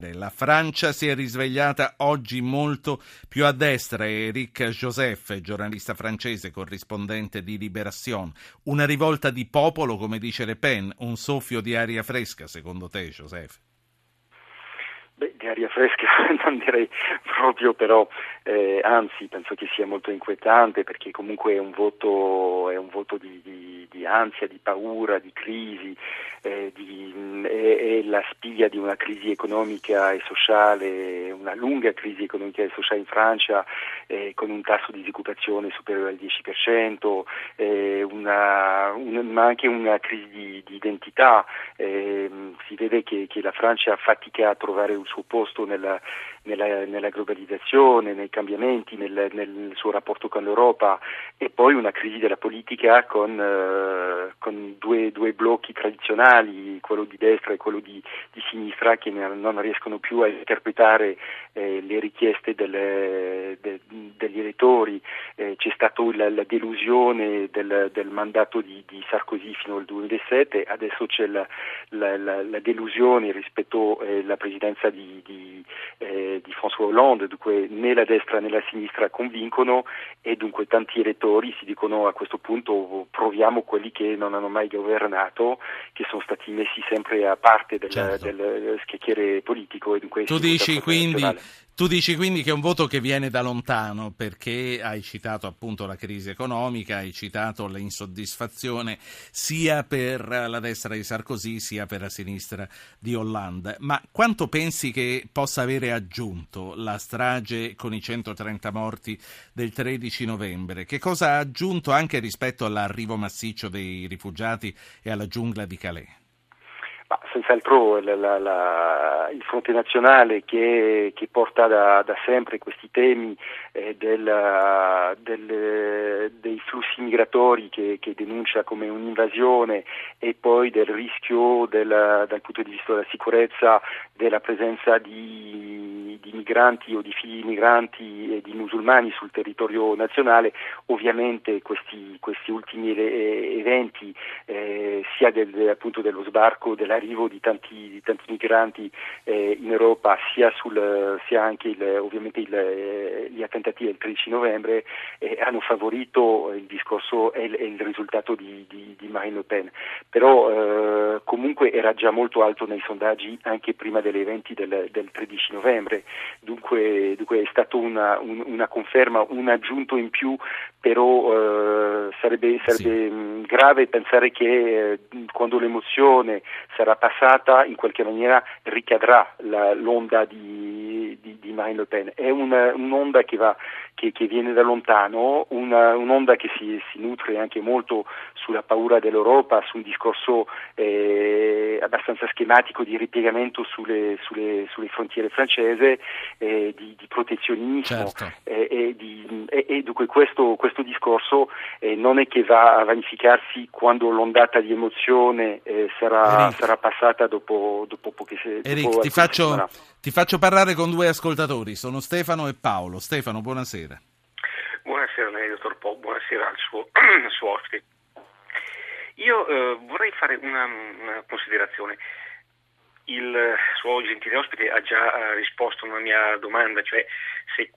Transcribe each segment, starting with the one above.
La Francia si è risvegliata oggi molto più a destra. Éric Joseph, giornalista francese, corrispondente di Libération. Una rivolta di popolo, come dice Le Pen, un soffio di aria fresca, secondo te, Joseph? Beh, di aria fresca non direi proprio, però anzi penso che sia molto inquietante, perché comunque è un voto di ansia, di paura, di crisi, è la spiglia di una crisi economica e sociale, una lunga crisi economica e sociale in Francia, con un tasso di disoccupazione superiore al 10%, ma anche una crisi di identità. Si vede che la Francia fatica a trovare un suo posto nella globalizzazione, nei cambiamenti, nel suo rapporto con l'Europa, e poi una crisi della politica con due blocchi tradizionali, quello di destra e quello di sinistra, che non riescono più a interpretare le richieste degli elettori. C'è stata la delusione del mandato di Sarkozy fino al 2007, adesso c'è la delusione rispetto alla presidenza di François Hollande, dunque né la destra né la sinistra convincono, e dunque tanti elettori si dicono: a questo punto proviamo quelli che non hanno mai governato, che sono stati messi sempre a parte del scacchiere politico, e dunque Tu dici quindi che è un voto che viene da lontano, perché hai citato appunto la crisi economica, hai citato l'insoddisfazione sia per la destra di Sarkozy sia per la sinistra di Hollande. Ma quanto pensi che possa avere aggiunto la strage con i 130 morti del 13 novembre? Che cosa ha aggiunto anche rispetto all'arrivo massiccio dei rifugiati e alla giungla di Calais? Ma senz'altro il Fronte Nazionale che porta da sempre questi temi dei flussi migratori, che denuncia come un'invasione, e poi del rischio dal punto di vista della sicurezza della presenza di migranti o di figli migranti e di musulmani sul territorio nazionale. Ovviamente questi ultimi eventi, sia appunto dello sbarco, dell'arrivo di tanti migranti in Europa, sia anche ovviamente gli attentati del 13 novembre, hanno favorito il discorso e il risultato di Marine Le Pen. Però comunque era già molto alto nei sondaggi anche prima degli eventi del 13 novembre, dunque è stato una conferma, un aggiunto in più. Però sarebbe grave pensare che quando l'emozione sarà passata, in qualche maniera ricadrà l'onda di Marine Le Pen. È un'onda che viene da lontano, un'onda che si nutre anche molto sulla paura dell'Europa, su un discorso abbastanza schematico di ripiegamento sulle frontiere francese, di protezionismo. Certo. E dunque questo discorso non è che va a vanificarsi quando l'ondata di emozione sarà passata dopo poche settimane. Ti faccio parlare con due ascoltatori, sono Stefano e Paolo. Stefano, buonasera. Buonasera a lei, dottor Po, buonasera al suo ospite. Io vorrei fare una considerazione. Il suo gentile ospite ha già risposto a una mia domanda, cioè se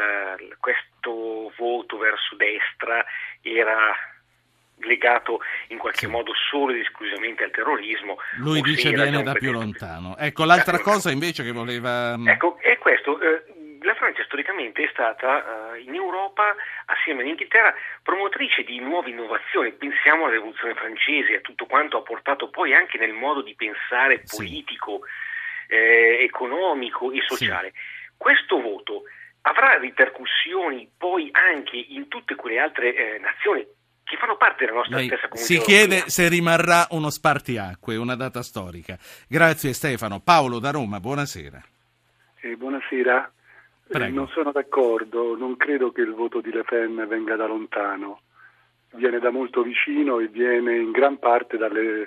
questo voto verso destra era legato in qualche modo solo ed esclusivamente al terrorismo. Lui dice viene da più lontano. Ecco, l'altra cosa invece che voleva... Ecco, è questo. La Francia storicamente è stata in Europa, assieme all'Inghilterra, promotrice di nuove innovazioni. Pensiamo alla rivoluzione francese, a tutto quanto ha portato poi anche nel modo di pensare politico, economico e sociale. Sì. Questo voto avrà ripercussioni poi anche in tutte quelle altre nazioni che fanno parte della nostra stessa comunità. Si chiede se rimarrà uno spartiacque, una data storica. Grazie Stefano. Paolo da Roma, buonasera. Buonasera. Non sono d'accordo, non credo che il voto di Le Pen venga da lontano, viene da molto vicino e viene in gran parte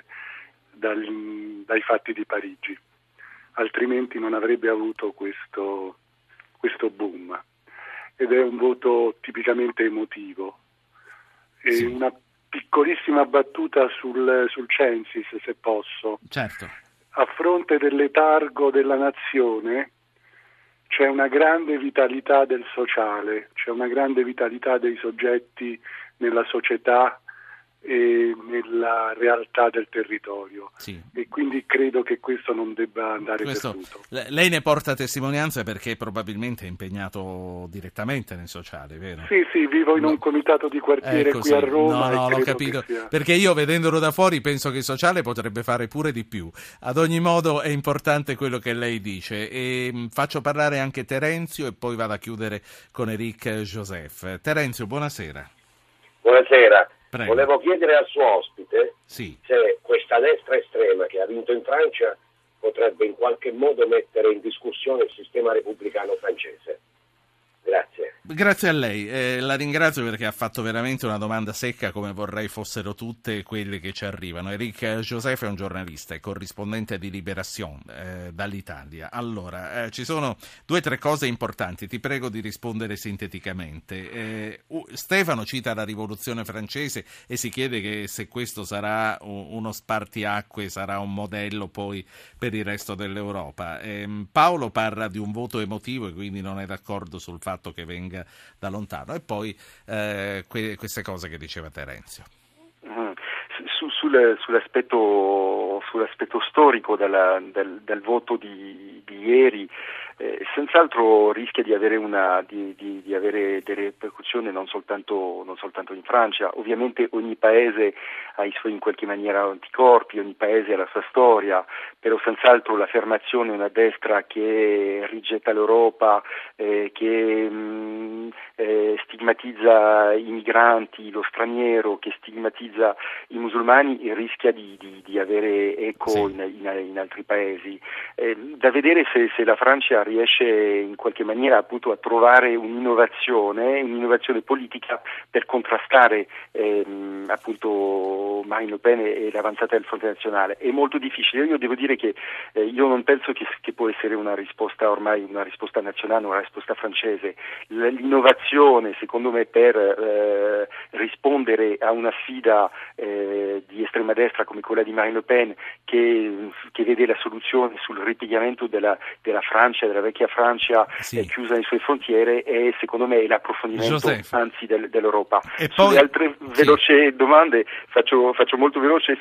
dai fatti di Parigi, altrimenti non avrebbe avuto questo boom, ed è un voto tipicamente emotivo. E sì. Una piccolissima battuta sul Censis, se posso. Certo. a fronte del letargo della nazione c'è una grande vitalità del sociale, c'è una grande vitalità dei soggetti nella società e nella realtà del territorio, sì. E quindi credo che questo non debba andare perduto. Lei ne porta testimonianza perché probabilmente è impegnato direttamente nel sociale, vero? Sì, vivo in un comitato di quartiere qui a Roma. No, l'ho capito, perché io vedendolo da fuori penso che il sociale potrebbe fare pure di più. Ad ogni modo è importante quello che lei dice e faccio parlare anche Terenzio e poi vado a chiudere con Eric Joseph. Terenzio, buonasera. Buonasera. Prego. Volevo chiedere al suo ospite sì. se questa destra estrema che ha vinto in Francia potrebbe in qualche modo mettere in discussione il sistema repubblicano francese. Grazie. Grazie a lei, la ringrazio perché ha fatto veramente una domanda secca come vorrei fossero tutte quelle che ci arrivano. Eric Joseph è un giornalista e corrispondente di Libération dall'Italia. Allora, ci sono 2 o 3 cose importanti, ti prego di rispondere sinteticamente. Stefano cita la rivoluzione francese e si chiede che se questo sarà uno spartiacque, sarà un modello poi per il resto dell'Europa. Paolo parla di un voto emotivo e quindi non è d'accordo sul fatto che venga da lontano, e poi queste cose che diceva Terenzio. Sull'aspetto storico del voto di ieri, senz'altro rischia di avere di avere delle ripercussioni non soltanto in Francia. Ovviamente ogni paese ha i suoi in qualche maniera anticorpi, ogni paese ha la sua storia, però senz'altro l'affermazione di una destra che rigetta l'Europa, che stigmatizza i migranti, lo straniero, che stigmatizza i musulmani, rischia di avere eco in altri paesi. Da vedere se la Francia riesce in qualche maniera appunto a trovare un'innovazione politica per contrastare appunto Marine Le Pen e l'avanzata del Fronte Nazionale. È molto difficile. Io devo dire che io non penso che può essere una risposta nazionale, una risposta francese. L'innovazione, secondo me, per rispondere a una sfida di estrema destra come quella di Marine Le Pen, che vede la soluzione sul ripiegamento della Francia, della vecchia Francia chiusa nelle sue frontiere, e secondo me l'approfondimento anzi dell'Europa. E Sulle altre veloci domande faccio molto veloce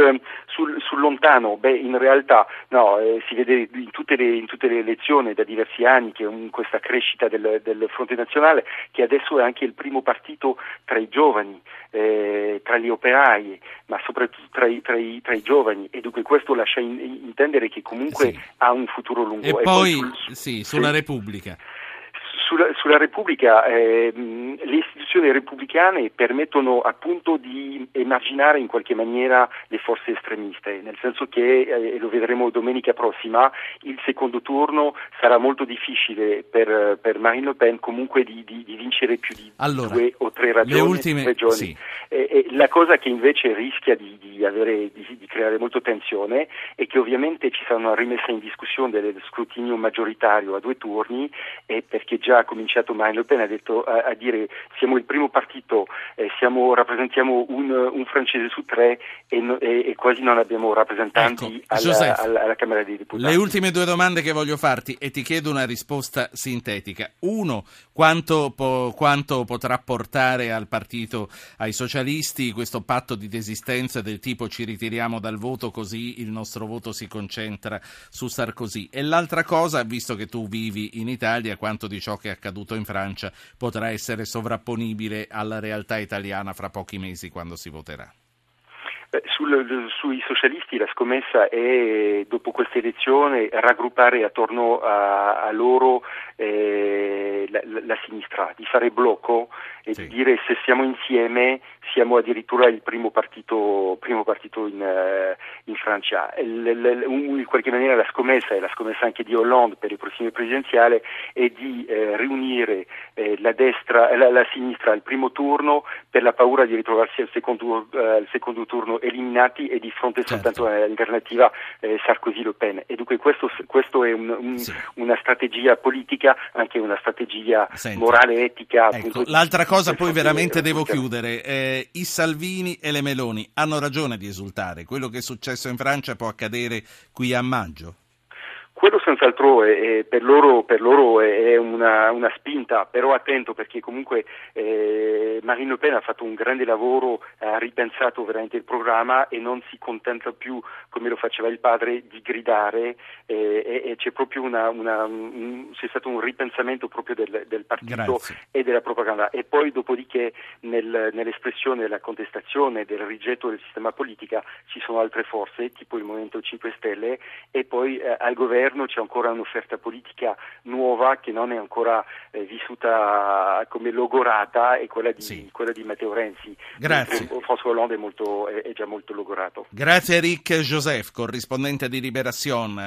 sul lontano. In realtà no, si vede in tutte le elezioni da diversi anni che questa crescita del Fronte Nazionale, che adesso è anche il primo partito tra i giovani, tra gli operai, ma soprattutto tra i giovani, e dunque questo lascia intendere che comunque ha un futuro lungo. E poi sulla Repubblica. Sulla Repubblica, le istituzioni repubblicane permettono appunto di emarginare in qualche maniera le forze estremiste, nel senso che, e lo vedremo domenica prossima, il secondo turno sarà molto difficile per Marine Le Pen comunque di vincere più di 2 o 3 regioni. La cosa che invece rischia di creare molta tensione è che ovviamente ci sarà una rimessa in discussione dello scrutinio maggioritario a 2 turni, e perché già ha cominciato Marine Le Pen a dire siamo il primo partito, rappresentiamo un francese su 3 e quasi non abbiamo rappresentanti alla Camera dei Deputati. Le ultime 2 domande che voglio farti, e ti chiedo una risposta sintetica. 1, quanto potrà portare al partito, ai socialisti, questo patto di desistenza del tipo ci ritiriamo dal voto così il nostro voto si concentra su Sarkozy? E l'altra cosa, visto che tu vivi in Italia, quanto di ciò che è accaduto in Francia potrà essere sovrapponibile alla realtà italiana fra pochi mesi quando si voterà? Sui socialisti la scommessa è, dopo questa elezione, raggruppare attorno a loro la sinistra, di fare blocco e di dire se siamo insieme siamo addirittura il primo partito in Francia. In qualche maniera la scommessa, e la scommessa anche di Hollande per le prossime presidenziali, è di riunire la sinistra al primo turno per la paura di ritrovarsi al secondo turno eliminati e di fronte soltanto all'alternativa Sarkozy-Le Pen. E dunque questo è una strategia politica, anche una strategia morale, etica. Ecco, l'altra cosa cosa, poi veramente devo chiudere. I Salvini e le Meloni hanno ragione di esultare. Quello che è successo in Francia può accadere qui a maggio? Quello senz'altro per loro è una spinta, però attento, perché comunque Marine Le Pen ha fatto un grande lavoro, ha ripensato veramente il programma e non si contenta più, come lo faceva il padre, di gridare, e c'è proprio c'è stato un ripensamento proprio del partito. Grazie. E della propaganda, e poi dopodiché nell'espressione della contestazione, del rigetto del sistema politica ci sono altre forze, tipo il Movimento 5 Stelle, e poi al governo c'è ancora un'offerta politica nuova che non è ancora vissuta come logorata, è quella di Matteo Renzi. Grazie. François Hollande è già molto logorato. Grazie a Eric Joseph, corrispondente di Libération.